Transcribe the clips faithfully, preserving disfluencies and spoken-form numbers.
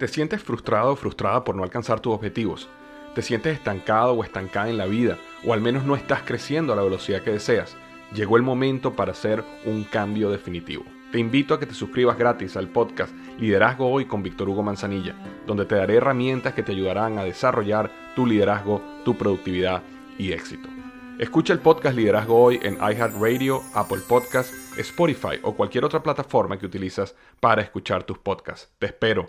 ¿Te sientes frustrado o frustrada por no alcanzar tus objetivos? ¿Te sientes estancado o estancada en la vida? ¿O al menos no estás creciendo a la velocidad que deseas? Llegó el momento para hacer un cambio definitivo. Te invito a que te suscribas gratis al podcast Liderazgo Hoy con Víctor Hugo Manzanilla, donde te daré herramientas que te ayudarán a desarrollar tu liderazgo, tu productividad y éxito. Escucha el podcast Liderazgo Hoy en iHeartRadio, Apple Podcasts, Spotify o cualquier otra plataforma que utilizas para escuchar tus podcasts. Te espero.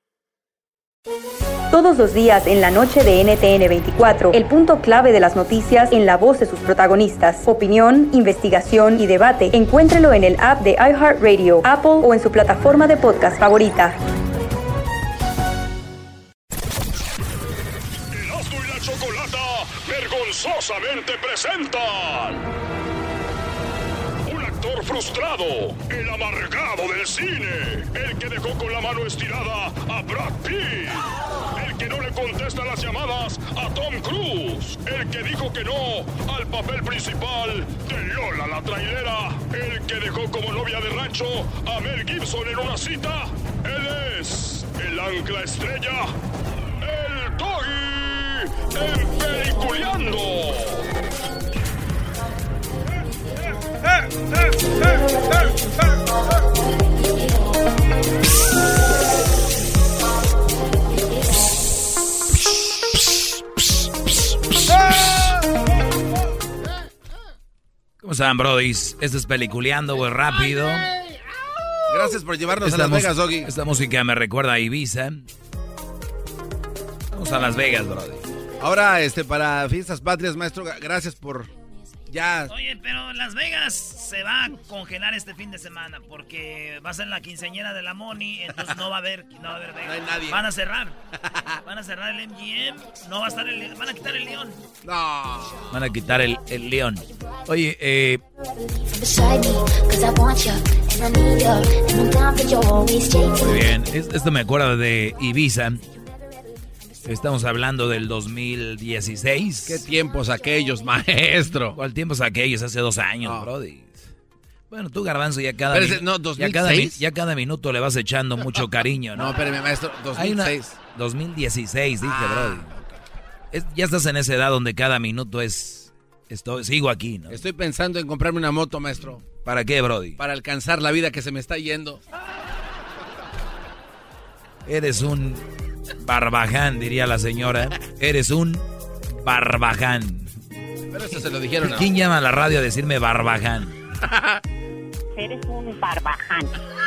Todos los días en la noche de N T N veinticuatro, el punto clave de las noticias en la voz de sus protagonistas. Opinión, investigación y debate. Encuéntrelo en el app de iHeartRadio, Apple o en su plataforma de podcast favorita. Erasmo y la Chocolata vergonzosamente presentan un actor frustrado, el amargado del cine, el que dejó con la mano estirada a Brad Pitt, el que no le contesta las llamadas a Tom Cruise, el que dijo que no al papel principal de Lola la trailera, el que dejó como novia de rancho a Mel Gibson en una cita. Él es el ancla estrella, el Doggy, en Peliculeando. ¿Cómo están, brodis? Esto es Peliculeando, güey, rápido. Gracias por llevarnos esta a Las Vegas, Doggy. Esta música me recuerda a Ibiza. Vamos a Las Vegas, brody. Ahora, este, para Fiestas Patrias, maestro, gracias por ya... Oye, pero Las Vegas se va a congelar este fin de semana porque va a ser la quinceañera de la Moni, entonces no va a haber, no va a haber Vegas. No hay nadie. Van a cerrar. Van a cerrar el M G M, no va a estar el... Van a quitar el León. No. Van a quitar el, el León. Oye, eh... muy bien, esto me acuerda de Ibiza. Estamos hablando del dos mil dieciséis. ¿Qué tiempos aquellos, maestro? ¿Cuál tiempos aquellos? Hace dos años, oh. brody. Bueno, tú, Garbanzo, ya cada, ese, no, ¿dos mil seis? ya, cada, ya cada minuto le vas echando mucho cariño, ¿no? No, espérame, maestro, dos mil seis. Una, dos mil dieciséis, dije, ah, brody. Es, ya estás en esa edad donde cada minuto es... Estoy, sigo aquí, ¿no? Estoy pensando en comprarme una moto, maestro. ¿Para qué, brody? Para alcanzar la vida que se me está yendo. Eres un... barbaján, diría la señora. Eres un barbaján. Pero eso se lo dijeron. ¿Quién llama a la radio a decirme barbaján? Eres un barbaján.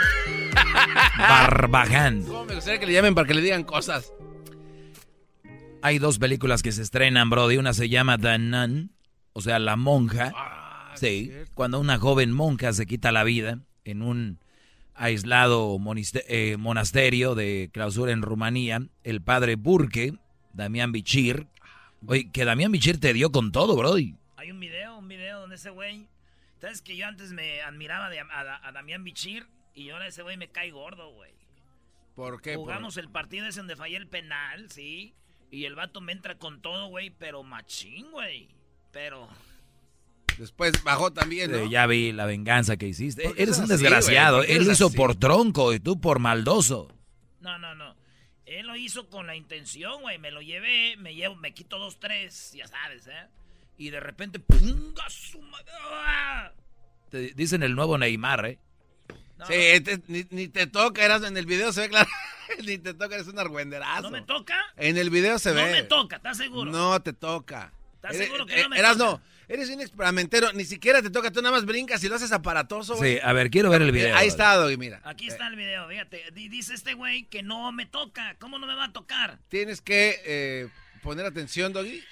Barbaján. ¿Cómo me gustaría que le llamen para que le digan cosas? Hay dos películas que se estrenan, brody. Una se llama The Nun, o sea, La Monja. Ah, sí, cuando una joven monja se quita la vida en un aislado eh, monasterio de clausura en Rumanía, el padre Burke, Damián Bichir. Oye, que Damián Bichir te dio con todo, brody. Hay un video, un video donde ese güey... ¿Sabes que yo antes me admiraba de, a, a Damián Bichir? Y ahora ese güey me cae gordo, güey. ¿Por qué? Jugamos ¿Por... el partido ese donde fallé el penal, ¿sí? Y el vato me entra con todo, güey, pero machín, güey. Pero... Después bajó también, ¿no? Eh, ya vi la venganza que hiciste. Eres un así, desgraciado. Wey, Él lo hizo así? por tronco y tú por maldoso. No, no, no. Él lo hizo con la intención, güey. Me lo llevé, me llevo, me quito dos, tres, ya sabes, ¿eh? Y de repente, ¡punga su madre! Te dicen el nuevo Neymar, ¿eh? No, sí, te, ni, ni te toca, eras en el video se ve claro. Ni te toca, eres un argüenderazo. ¿No me toca? En el video se no ve. No me toca, ¿estás seguro? No te toca. ¿Estás eres, seguro que no me eras, toca? No, eres un experimentero, ni siquiera te toca, tú nada más brincas y lo haces aparatoso, güey. Sí, a ver, quiero ver el video. Eh, ahí está, Doggy, mira. Aquí está el video, fíjate. Dice este güey que no me toca. ¿Cómo no me va a tocar? Tienes que eh, poner atención, Doggy.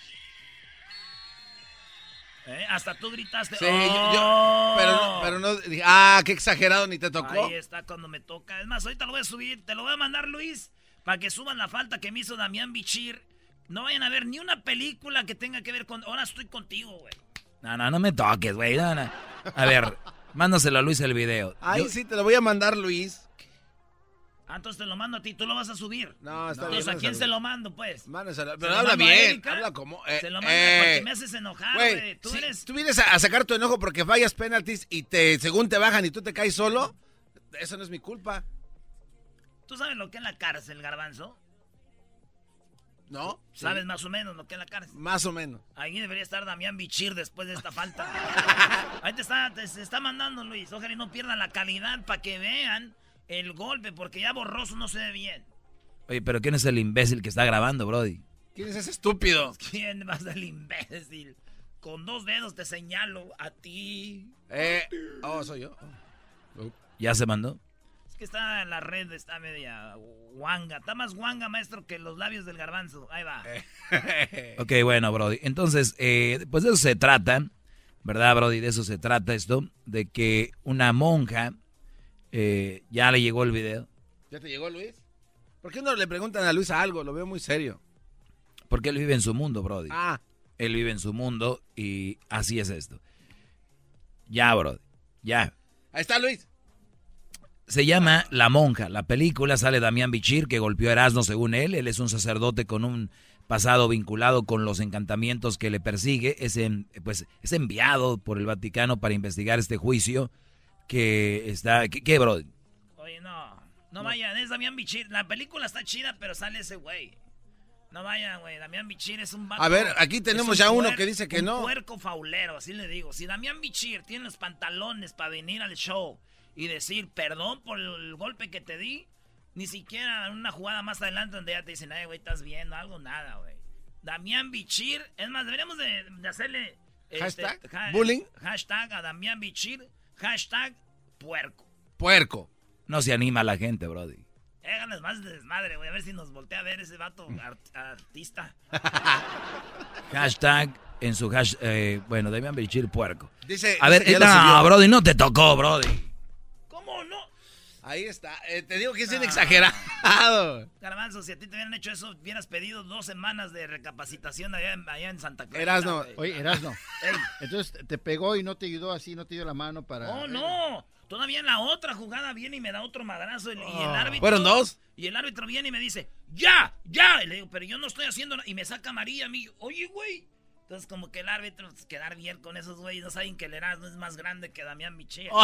¿Eh? Hasta tú gritaste. Sí, ¡Oh! yo, yo, pero, no, pero no, ah, qué exagerado, ni te tocó. Ahí está cuando me toca. Es más, ahorita lo voy a subir, te lo voy a mandar, Luis, para que suban la falta que me hizo Damián Bichir. No vayan a ver ni una película que tenga que ver con... Ahora estoy contigo, güey. No, no, no me toques, güey. No, no. A ver, mándaselo a Luis el video. Ay, Yo... sí, te lo voy a mandar, Luis. Ah, entonces te lo mando a ti, tú lo vas a subir. No, está no, bien. Entonces, ¿a quién se lo mando, pues? Mándaselo. Pero habla bien, habla como... Eh, se lo mando eh, porque me haces enojar, güey. Tú si eres... tú vienes a, a sacar tu enojo porque fallas penaltis y te según te bajan y tú te caes solo, eso no es mi culpa. ¿Tú sabes lo que es la cárcel, Garbanzo? ¿No? ¿Sabes sí. más o menos lo que es la cárcel? Más o menos. Ahí debería estar Damián Bichir después de esta falta. Ahí te está, te, se está mandando, Luis. Ojalá y no pierdan la calidad para que vean el golpe, porque ya borroso no se ve bien. Oye, pero ¿quién es el imbécil que está grabando, Brody? ¿Quién es ese estúpido? ¿Quién va a ser el imbécil? Con dos dedos te señalo a ti. Eh, oh, soy yo. Oh. ¿Ya se mandó? Es que está en la red, está media guanga. Está más guanga, maestro, que los labios del Garbanzo. Ahí va. Ok, bueno, Brody. Entonces, eh, pues de eso se trata, ¿verdad, Brody? De eso se trata esto, de que una monja, eh, ya le llegó el video. ¿Ya te llegó, Luis? ¿Por qué no le preguntan a Luis algo? Lo veo muy serio. Porque él vive en su mundo, Brody. Ah. Él vive en su mundo y así es esto. Ya, Brody, ya. Ahí está, Luis. Se llama La Monja. La película sale Damián Bichir, que golpeó a Erasmo según él. Él es un sacerdote con un pasado vinculado con los encantamientos que le persigue. Es, en, pues, es enviado por el Vaticano para investigar este juicio que está... ¿Qué, qué Brody? Oye, no. No vayan, es Damián Bichir. La película está chida, pero sale ese güey. No vayan, güey. Damián Bichir es un vato. A ver, aquí tenemos ya uno que dice que un no. Un puerco faulero, así le digo. Si Damián Bichir tiene los pantalones para venir al show y decir perdón por el golpe que te di, ni siquiera en una jugada más adelante donde ya te dicen, ay, güey, estás viendo algo, nada, güey. Damián Bichir, es más, deberíamos de, de hacerle... Hashtag, este, ha, bullying. Hashtag a Damián Bichir, hashtag puerco. Puerco. No se anima la gente, Brody. Háganles más de desmadre, güey, a ver si nos voltea a ver ese vato art, artista. Hashtag en su hashtag, eh, bueno, Damián Bichir puerco. Dice, a ver, dice, no, Brody, no te tocó, Brody. ¿Cómo no? Ahí está. Eh, te digo que es bien ah. exagerado. Garbanzo, si a ti te hubieran hecho eso, hubieras pedido dos semanas de recapacitación allá en, allá en Santa Clara. Erasno. Oye, Erasno. Entonces te pegó y no te ayudó así, no te dio la mano para... Oh, no. Todavía en la otra jugada viene y me da otro madrazo. Y, oh. y el árbitro... ¿Fueron dos? Y el árbitro viene y me dice, ¡ya! ¡ya! Y le digo, pero yo no estoy haciendo nada. Y me saca amarilla a mí. Oye, güey. Entonces, como que el árbitro, pues, quedar bien con esos güeyes. No saben que el Erasmo es más grande que Damián Bichir. Oh.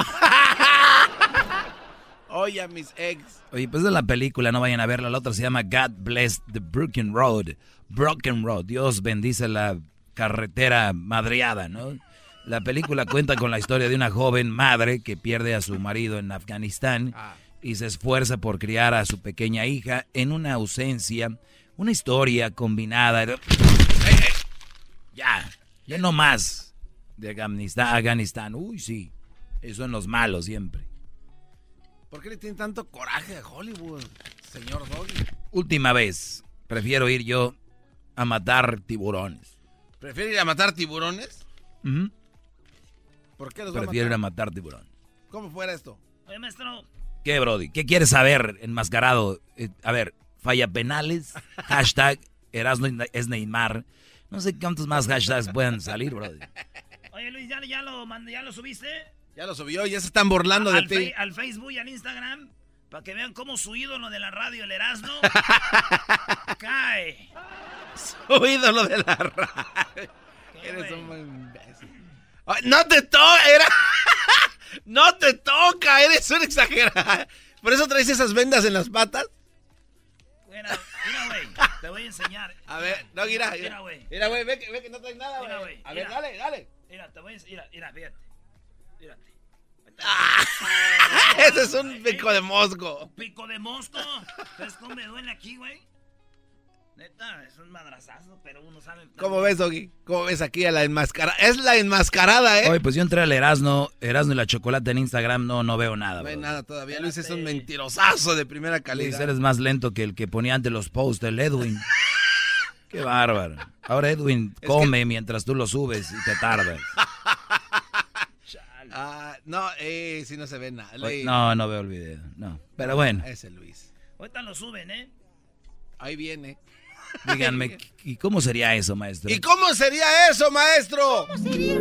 Oye, a mis ex. Oye, pues de la película, no vayan a verla. La otra se llama God Bless the Broken Road. Broken Road. Dios bendice la carretera madreada, ¿no? La película cuenta con la historia de una joven madre que pierde a su marido en Afganistán y se esfuerza por criar a su pequeña hija en una ausencia, una historia combinada. ¡Eh, eh! Ya, ya no más de Afganistán, Afganistán. Uy, sí, eso en los malos siempre. ¿Por qué le tiene tanto coraje a Hollywood, señor Doggy? Última vez, prefiero ir yo a matar tiburones. ¿Prefiere ir a matar tiburones? Uh-huh. ¿Por qué los Prefiero va a matar? ir a matar tiburón. ¿Cómo fuera esto? Oye, maestro. ¿Qué, Brody? ¿Qué quieres saber, enmascarado? Eh, a ver, falla penales, hashtag Erasmo es Neymar. No sé cuántos más hashtags puedan salir, Brody. Oye, Luis, ¿ya, ya, lo, ¿ya lo subiste? Ya lo subió, ya se están burlando de al ti. Fe, al Facebook y al Instagram, para que vean cómo su ídolo de la radio, el Erasmo, cae. Su ídolo de la radio. Eres un imbécil. No te toca, era... no te toca, eres un exagerado. ¿Por eso traes esas vendas en las patas? Mira, mira, güey, te voy a enseñar. A ver, no, mira, mira, güey. Mira, güey, ve que, ve que no traes nada, güey. A mira, ver, dale, dale. Mira, te voy a enseñar, mira, fíjate. Fíjate. Ah, ese es un pico de mosco. ¿Pico de mosco? ¿Sabes cómo me duele aquí, güey? Neta, es un madrazazo, pero uno sabe... ¿Cómo ves, Doggy? ¿Cómo ves aquí a la enmascarada? Es la enmascarada, ¿eh? Oye, pues yo entré al Erasmo, Erasmo y la Chocolate en Instagram, no, no veo nada. No ve bro. nada todavía. Luis es un mentirosazo de primera calidad. Luis, eres más lento que el que ponía ante los posts, el Edwin. Qué bárbaro. Ahora Edwin es come que... mientras tú lo subes y te tardas. Ah, no, eh, si no se ve nada. Oye, no, no veo el video, no. Pero bueno. Ese Luis. Ahorita lo suben, ¿eh? Ahí viene. Díganme, ¿y cómo sería eso, maestro? ¿Y cómo sería eso, maestro? ¿Cómo sería?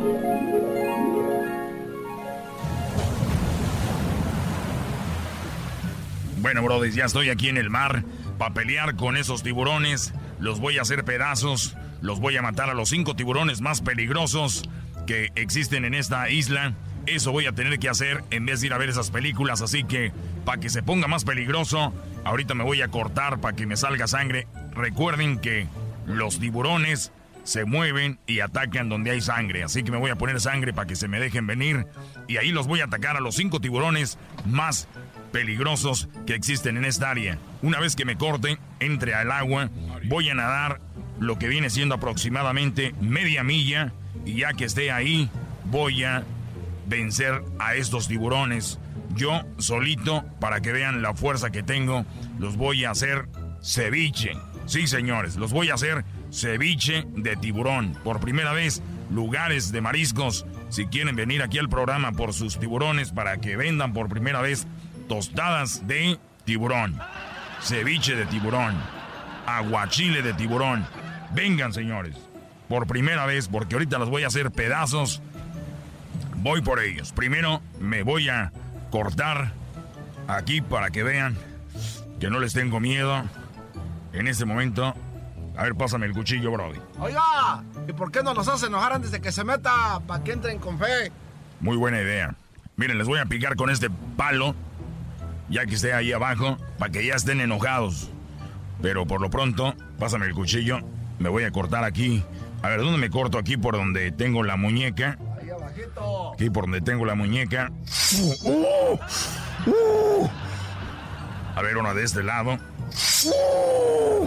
Bueno, brother, ya estoy aquí en el mar para pelear con esos tiburones. Los voy a hacer pedazos. Los voy a matar a los cinco tiburones más peligrosos que existen en esta isla. Eso voy a tener que hacer en vez de ir a ver esas películas. Así que, para que se ponga más peligroso, ahorita me voy a cortar para que me salga sangre. Recuerden que los tiburones se mueven y atacan donde hay sangre. Así que me voy a poner sangre para que se me dejen venir. Y ahí los voy a atacar a los cinco tiburones más peligrosos que existen en esta área. Una vez que me corte, entre al agua, voy a nadar lo que viene siendo aproximadamente media milla. Y ya que esté ahí, voy a vencer a estos tiburones. Yo solito, para que vean la fuerza que tengo, los voy a hacer ceviche. Sí, señores, los voy a hacer ceviche de tiburón. Por primera vez, Lugares de Mariscos, si quieren venir aquí al programa por sus tiburones para que vendan por primera vez tostadas de tiburón, ceviche de tiburón, aguachile de tiburón. Vengan, señores, por primera vez, porque ahorita los voy a hacer pedazos. Voy por ellos. Primero me voy a cortar aquí para que vean que no les tengo miedo. En este momento, a ver, pásame el cuchillo, Brody. Oiga, ¿y por qué no los hace enojar antes de que se meta para que entren con fe? Muy buena idea. Miren, les voy a picar con este palo, ya que esté ahí abajo, para que ya estén enojados. Pero por lo pronto, pásame el cuchillo. Me voy a cortar aquí. A ver, ¿dónde me corto? Aquí por donde tengo la muñeca. Ahí abajito. Aquí por donde tengo la muñeca. Uh, uh, uh. A ver, una de este lado. Uh.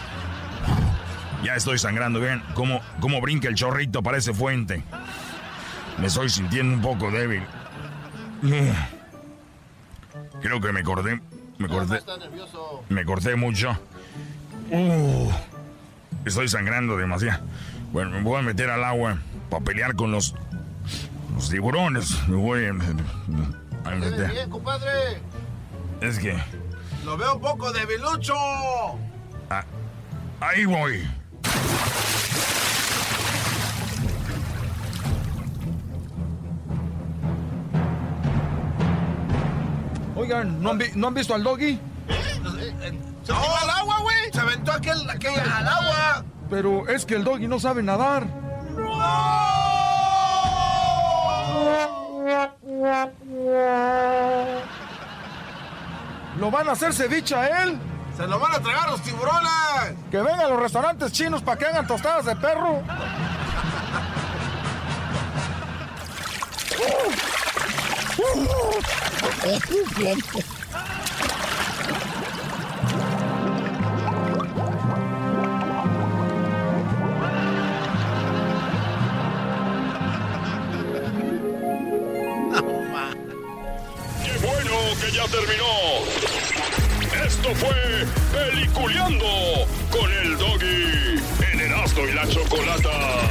Ya estoy sangrando. Vean cómo, cómo brinca el chorrito, parece fuente. Me estoy sintiendo un poco débil. Uh. Creo que me corté. Me corté. Me corté mucho. Uh. Estoy sangrando demasiado. Bueno, me voy a meter al agua para pelear con los, los tiburones. Me voy a, a meter. Bien, compadre. Es que... Lo veo un poco debilucho. Ah, ahí voy. Oigan, ¿no han, vi- ¿no han visto al Doggy? Se tiró al agua, güey. Se aventó aquel, aquel al agua. Pero es que el Doggy no sabe nadar. ¿Lo van a hacer ceviche a él? Se lo van a tragar los tiburones. Que vengan a los restaurantes chinos para que hagan tostadas de perro. ¡Qué bueno que ya terminó! Esto fue Peliculeando con el Doggy en Erasmo y la Chocolata.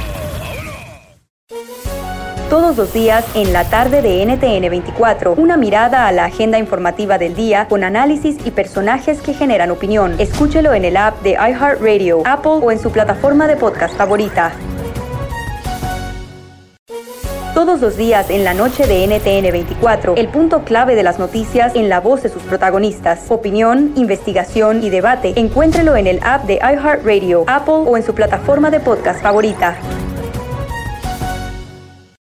Todos los días en la tarde de N T N veinticuatro, una mirada a la agenda informativa del día con análisis y personajes que generan opinión. Escúchelo en el app de iHeartRadio, Apple o en su plataforma de podcast favorita. Todos los días en la noche de N T N veinticuatro, el punto clave de las noticias en la voz de sus protagonistas. Opinión, investigación y debate. Encuéntrelo en el app de iHeartRadio, Apple o en su plataforma de podcast favorita.